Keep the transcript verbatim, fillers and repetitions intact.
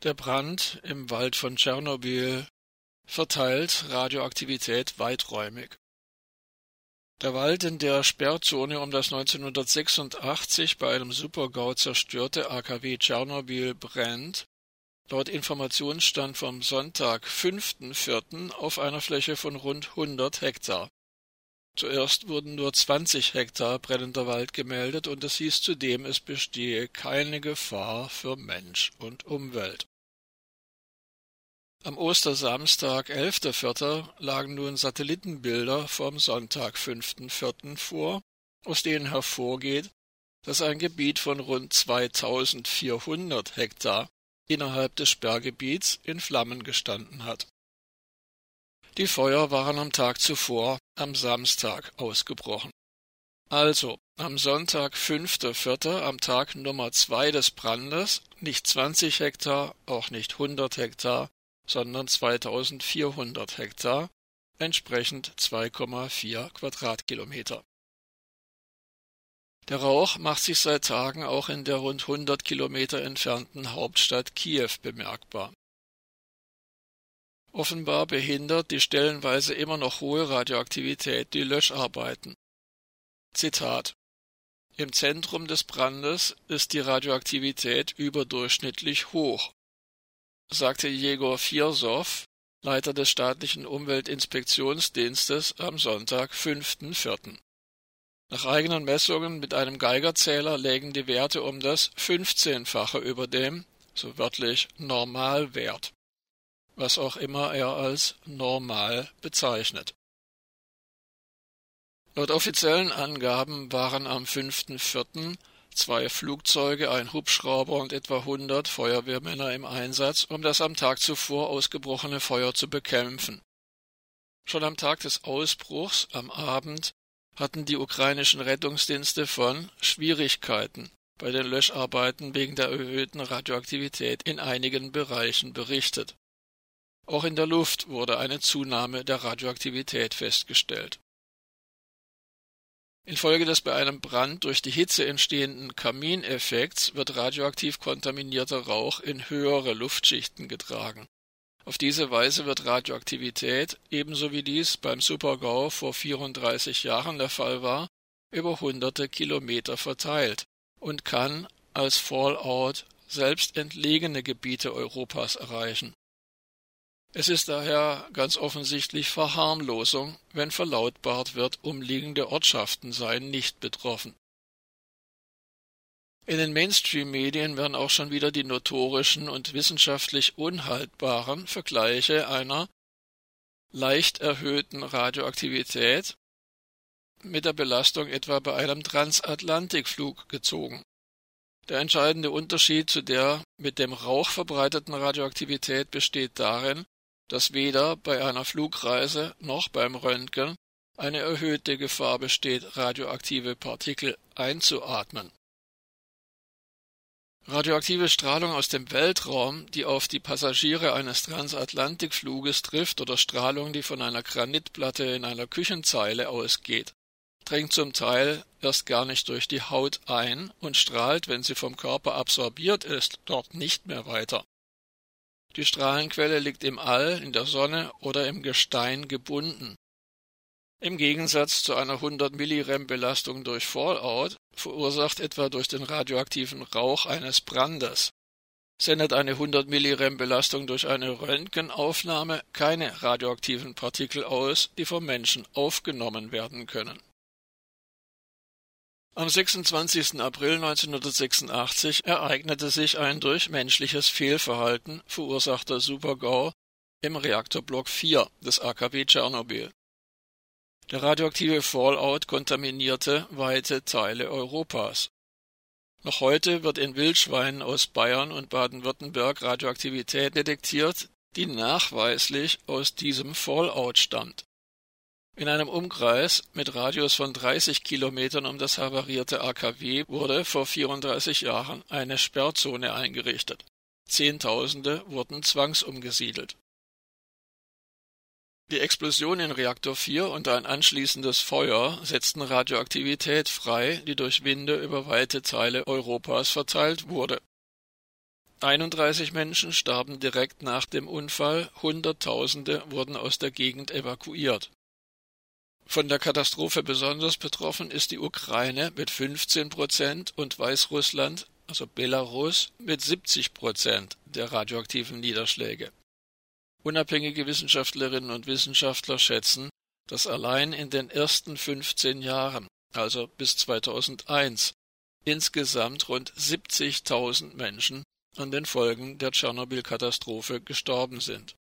Der Brand im Wald von Tschernobyl verteilt Radioaktivität weiträumig. Der Wald in der Sperrzone um das neunzehnhundertsechsundachtzig bei einem Supergau zerstörte A K W Tschernobyl brennt, laut Informationsstand vom Sonntag, fünften vierten auf einer Fläche von rund hundert Hektar. Zuerst wurden nur zwanzig Hektar brennender Wald gemeldet und es hieß zudem, es bestehe keine Gefahr für Mensch und Umwelt. Am Ostersamstag, elften vierten lagen nun Satellitenbilder vom Sonntag, fünften vierten vor, aus denen hervorgeht, dass ein Gebiet von rund zweitausendvierhundert Hektar innerhalb des Sperrgebiets in Flammen gestanden hat. Die Feuer waren am Tag zuvor, am Samstag, ausgebrochen. Also am Sonntag, fünften vierten, am Tag Nummer zwei des Brandes, nicht zwanzig Hektar, auch nicht hundert Hektar, sondern zweitausendvierhundert Hektar, entsprechend zwei Komma vier Quadratkilometer. Der Rauch macht sich seit Tagen auch in der rund hundert Kilometer entfernten Hauptstadt Kiew bemerkbar. Offenbar behindert die stellenweise immer noch hohe Radioaktivität die Löscharbeiten. Zitat: Im Zentrum des Brandes ist die Radioaktivität überdurchschnittlich hoch, sagte Jegor Firsow, Leiter des staatlichen Umweltinspektionsdienstes, am Sonntag, fünften vierten Nach eigenen Messungen mit einem Geigerzähler lägen die Werte um das fünfzehnfache über dem, so wörtlich, Normalwert, was auch immer er als normal bezeichnet. Laut offiziellen Angaben waren am fünften vierten zwei Flugzeuge, ein Hubschrauber und etwa hundert Feuerwehrmänner im Einsatz, um das am Tag zuvor ausgebrochene Feuer zu bekämpfen. Schon am Tag des Ausbruchs, am Abend, hatten die ukrainischen Rettungsdienste von Schwierigkeiten bei den Löscharbeiten wegen der erhöhten Radioaktivität in einigen Bereichen berichtet. Auch in der Luft wurde eine Zunahme der Radioaktivität festgestellt. Infolge des bei einem Brand durch die Hitze entstehenden Kamineffekts wird radioaktiv kontaminierter Rauch in höhere Luftschichten getragen. Auf diese Weise wird Radioaktivität, ebenso wie dies beim Supergau vor vierunddreißig Jahren der Fall war, über hunderte Kilometer verteilt und kann als Fallout selbst entlegene Gebiete Europas erreichen. Es ist daher ganz offensichtlich Verharmlosung, wenn verlautbart wird, umliegende Ortschaften seien nicht betroffen. In den Mainstream-Medien werden auch schon wieder die notorischen und wissenschaftlich unhaltbaren Vergleiche einer leicht erhöhten Radioaktivität mit der Belastung etwa bei einem Transatlantikflug gezogen. Der entscheidende Unterschied zu der mit dem Rauch verbreiteten Radioaktivität besteht darin, dass weder bei einer Flugreise noch beim Röntgen eine erhöhte Gefahr besteht, radioaktive Partikel einzuatmen. Radioaktive Strahlung aus dem Weltraum, die auf die Passagiere eines Transatlantikfluges trifft, oder Strahlung, die von einer Granitplatte in einer Küchenzeile ausgeht, dringt zum Teil erst gar nicht durch die Haut ein und strahlt, wenn sie vom Körper absorbiert ist, dort nicht mehr weiter. Die Strahlenquelle liegt im All, in der Sonne oder im Gestein gebunden. Im Gegensatz zu einer hundert Millirem Belastung durch Fallout, verursacht etwa durch den radioaktiven Rauch eines Brandes, sendet eine hundert Millirem Belastung durch eine Röntgenaufnahme keine radioaktiven Partikel aus, die vom Menschen aufgenommen werden können. Am sechsundzwanzigsten April neunzehnhundertsechsundachtzig ereignete sich ein durch menschliches Fehlverhalten verursachter Supergau im Reaktorblock vier des A K W Tschernobyl. Der radioaktive Fallout kontaminierte weite Teile Europas. Noch heute wird in Wildschweinen aus Bayern und Baden-Württemberg Radioaktivität detektiert, die nachweislich aus diesem Fallout stammt. In einem Umkreis mit Radius von dreißig Kilometern um das havarierte A K W wurde vor vierunddreißig Jahren eine Sperrzone eingerichtet. Zehntausende wurden zwangsumgesiedelt. Die Explosion in Reaktor vier und ein anschließendes Feuer setzten Radioaktivität frei, die durch Winde über weite Teile Europas verteilt wurde. einunddreißig Menschen starben direkt nach dem Unfall, Hunderttausende wurden aus der Gegend evakuiert. Von der Katastrophe besonders betroffen ist die Ukraine mit fünfzehn Prozent und Weißrussland, also Belarus, mit siebzig Prozent der radioaktiven Niederschläge. Unabhängige Wissenschaftlerinnen und Wissenschaftler schätzen, dass allein in den ersten fünfzehn Jahren, also bis zweitausendeins, insgesamt rund siebzigtausend Menschen an den Folgen der Tschernobyl-Katastrophe gestorben sind.